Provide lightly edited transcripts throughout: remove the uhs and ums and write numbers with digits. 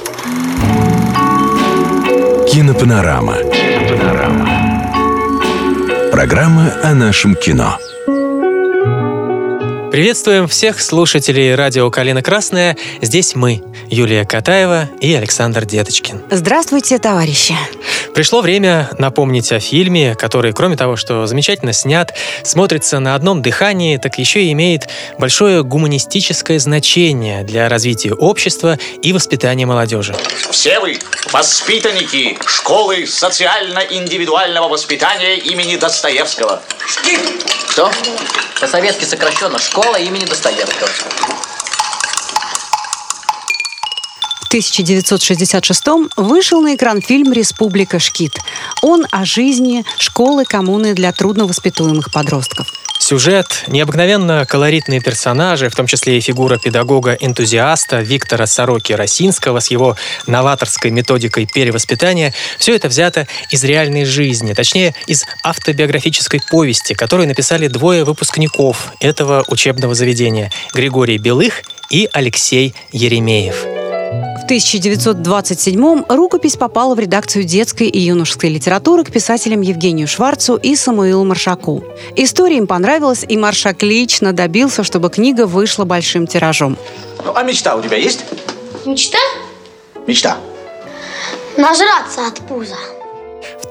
Кинопанорама. Программа о нашем кино. Приветствуем всех слушателей радио «Калина Красная». Здесь мы, Юлия Катаева и Александр Деточкин. Здравствуйте, товарищи. Пришло время напомнить о фильме, который, кроме того, что замечательно снят, смотрится на одном дыхании, так еще и имеет большое гуманистическое значение для развития общества и воспитания молодежи. Все вы воспитанники школы социально-индивидуального воспитания имени Достоевского. ШКИД! Кто? По-советски сокращенно «Школа имени Достоевского». В 1966-м вышел на экран фильм «Республика ШКИД». Он о жизни школы коммуны для трудновоспитуемых подростков. Сюжет, необыкновенно колоритные персонажи, в том числе и фигура педагога-энтузиаста Виктора Сороки-Росинского с его новаторской методикой перевоспитания – все это взято из реальной жизни, точнее, из автобиографической повести, которую написали двое выпускников этого учебного заведения – Григорий Белых и Алексей Еремеев. В 1927-м рукопись попала в редакцию детской и юношеской литературы к писателям Евгению Шварцу и Самуилу Маршаку. История им понравилась, и Маршак лично добился, чтобы книга вышла большим тиражом. А мечта у тебя есть? Мечта? Мечта. Нажраться от пуза. В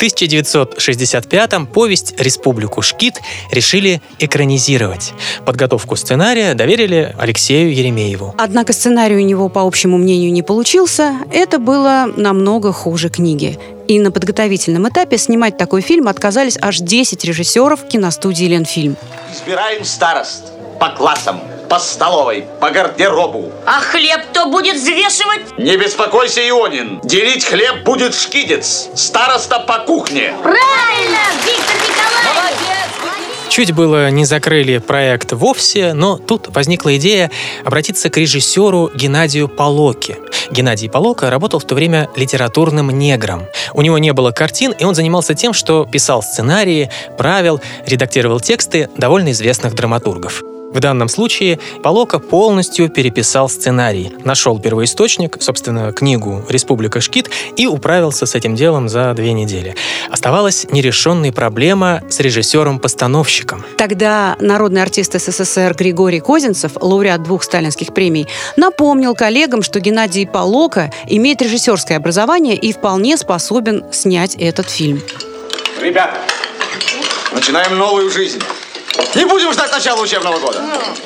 1965-м повесть «Республику ШКИД» решили экранизировать. Подготовку сценария доверили Алексею Еремееву. Однако сценарий у него, по общему мнению, не получился. Это было намного хуже книги. И на подготовительном этапе снимать такой фильм отказались аж 10 режиссеров киностудии «Ленфильм». Избираем старост по классам, по столовой, по гардеробу. А хлеб кто будет взвешивать? Не беспокойся, Ионин. Делить хлеб будет шкидец. Староста по кухне. Правильно, Виктор Николаевич! Чуть было не закрыли проект вовсе, но тут возникла идея обратиться к режиссеру Геннадию Полоке. Геннадий Полока работал в то время литературным негром. У него не было картин, и он занимался тем, что писал сценарии, правил, редактировал тексты довольно известных драматургов. В данном случае Полока полностью переписал сценарий, нашел первоисточник, собственно, книгу «Республика ШКИД» и управился с этим делом за 2 недели. Оставалась нерешенная проблема с режиссером-постановщиком. Тогда народный артист СССР Григорий Козинцев, лауреат 2 сталинских премий, напомнил коллегам, что Геннадий Полока имеет режиссерское образование и вполне способен снять этот фильм. Ребята, начинаем новую жизнь. Не будем ждать начала учебного года.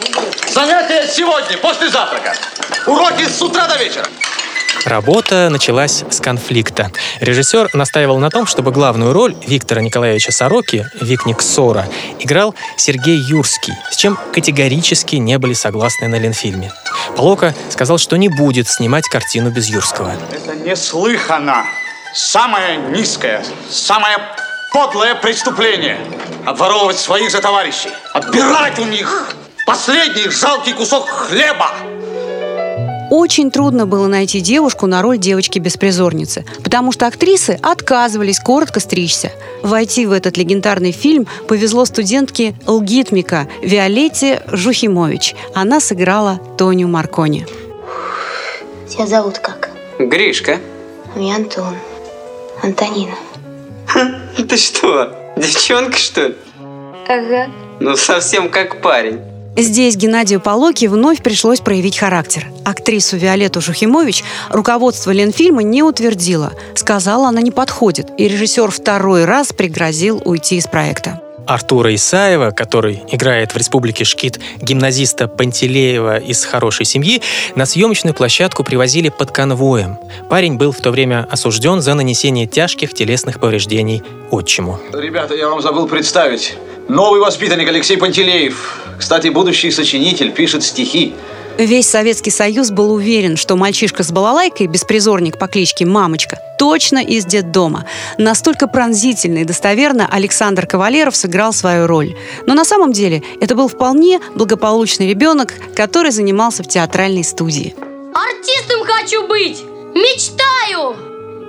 Занятия сегодня, после завтрака. Уроки с утра до вечера. Работа началась с конфликта. Режиссер настаивал на том, чтобы главную роль Виктора Николаевича Сороки, Викник Сора, играл Сергей Юрский, с чем категорически не были согласны на Ленфильме. Полока сказал, что не будет снимать картину без Юрского. Это неслыханно. Самое низкое, самое подлое преступление. Обворовывать своих же товарищей. Отбирать у них последний жалкий кусок хлеба. Очень трудно было найти девушку на роль девочки-беспризорницы, потому что актрисы отказывались коротко стричься. Войти в этот легендарный фильм повезло студентке ЛГИТМИКа Виолетте Жухимович. Она сыграла Тоню Маркони. Тебя зовут как? Гришка. А меня Антон. Антонина. Ты что, девчонка, что ли? Ага. Ну, совсем как парень. Здесь Геннадию Полоке вновь пришлось проявить характер. Актрису Виолетту Жухимович руководство Ленфильма не утвердило. Сказала, она не подходит, и режиссер 2-й раз пригрозил уйти из проекта. Артура Исаева, который играет в «Республике ШКИД» гимназиста Пантелеева из хорошей семьи, на съемочную площадку привозили под конвоем. Парень был в то время осужден за нанесение тяжких телесных повреждений отчиму. Ребята, я вам забыл представить. Новый воспитанник Алексей Пантелеев. Кстати, будущий сочинитель, пишет стихи. Весь Советский Союз был уверен, что мальчишка с балалайкой, беспризорник по кличке Мамочка, точно из детдома. Настолько пронзительно и достоверно Александр Кавалеров сыграл свою роль. Но на самом деле это был вполне благополучный ребенок, который занимался в театральной студии. Артистом хочу быть! Мечтаю!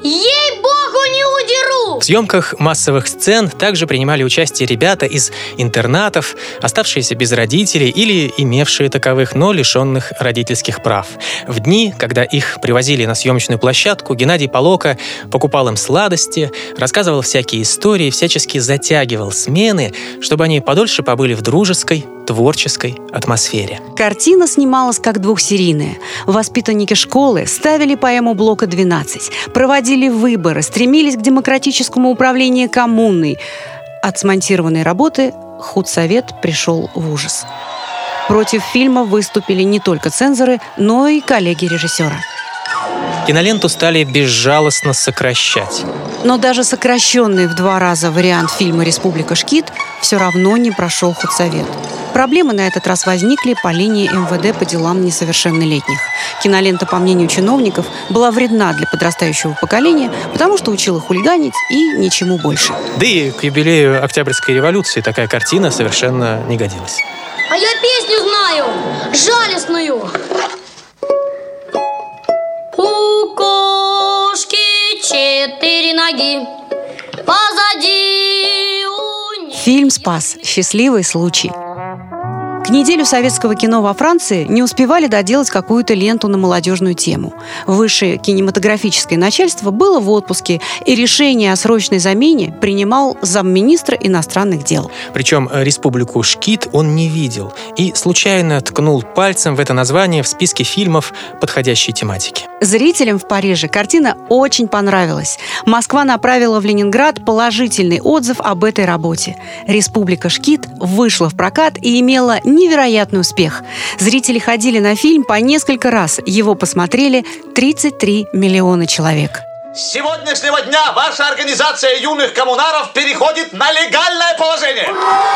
Ей-богу, не удеру! В съемках массовых сцен также принимали участие ребята из интернатов, оставшиеся без родителей или имевшие таковых, но лишенных родительских прав. В дни, когда их привозили на съемочную площадку, Геннадий Полока покупал им сладости, рассказывал всякие истории, всячески затягивал смены, чтобы они подольше побыли в дружеской, творческой атмосфере. Картина снималась как двухсерийная. Воспитанники школы ставили поэму блока 12, проводили выборы, стремились к демократическому управлению коммуной. От смонтированной работы худсовет пришел в ужас. Против фильма выступили не только цензоры, но и коллеги режиссера. Киноленту стали безжалостно сокращать. Но даже сокращенный в 2 раза вариант фильма «Республика Шкид» все равно не прошел худсовет. Проблемы на этот раз возникли по линии МВД по делам несовершеннолетних. Кинолента, по мнению чиновников, была вредна для подрастающего поколения, потому что учила хулиганить и ничему больше. Да и к юбилею Октябрьской революции такая картина совершенно не годилась. А я песню знаю, жалостную. У кошки 4 ноги, позади у нее... Фильм спас счастливый случай. К неделю советского кино во Франции не успевали доделать какую-то ленту на молодежную тему. Высшее кинематографическое начальство было в отпуске, и решение о срочной замене принимал замминистра иностранных дел. Причем «Республику Шкид» он не видел и случайно ткнул пальцем в это название в списке фильмов подходящей тематики. Зрителям в Париже картина очень понравилась. Москва направила в Ленинград положительный отзыв об этой работе. «Республика Шкид» вышла в прокат и имела невероятный успех. Зрители ходили на фильм по несколько раз. Его посмотрели 33 миллиона человек. С сегодняшнего дня ваша организация юных коммунаров переходит на легальное положение.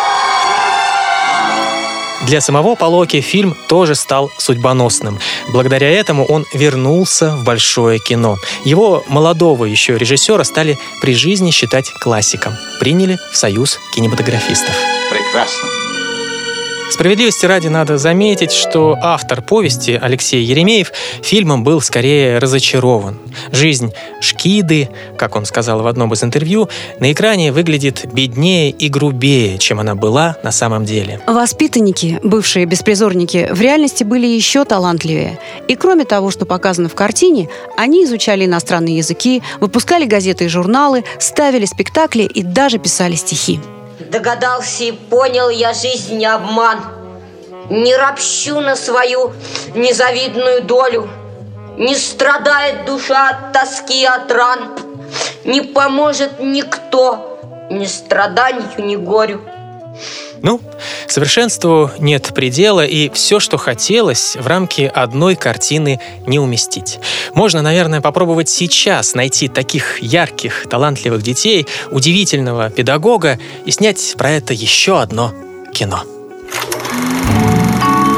Для самого Полоки фильм тоже стал судьбоносным. Благодаря этому он вернулся в большое кино. Его молодого еще режиссера стали при жизни считать классиком. Приняли в Союз кинематографистов. Прекрасно. Справедливости ради надо заметить, что автор повести Алексей Еремеев фильмом был скорее разочарован. Жизнь Шкиды, как он сказал в одном из интервью, на экране выглядит беднее и грубее, чем она была на самом деле. Воспитанники, бывшие беспризорники, в реальности были еще талантливее. И кроме того, что показано в картине, они изучали иностранные языки, выпускали газеты и журналы, ставили спектакли и даже писали стихи. Догадался и понял я жизнь не обман. Не ропщу на свою незавидную долю. Не страдает душа от тоски, от ран. Не поможет никто ни страданию, ни горю. Ну, совершенству нет предела, и все, что хотелось, в рамки одной картины не уместить. Можно, наверное, попробовать сейчас найти таких ярких, талантливых детей, удивительного педагога и снять про это еще одно кино.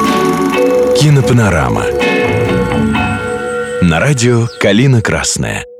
Кинопанорама. На радио «Калина Красная».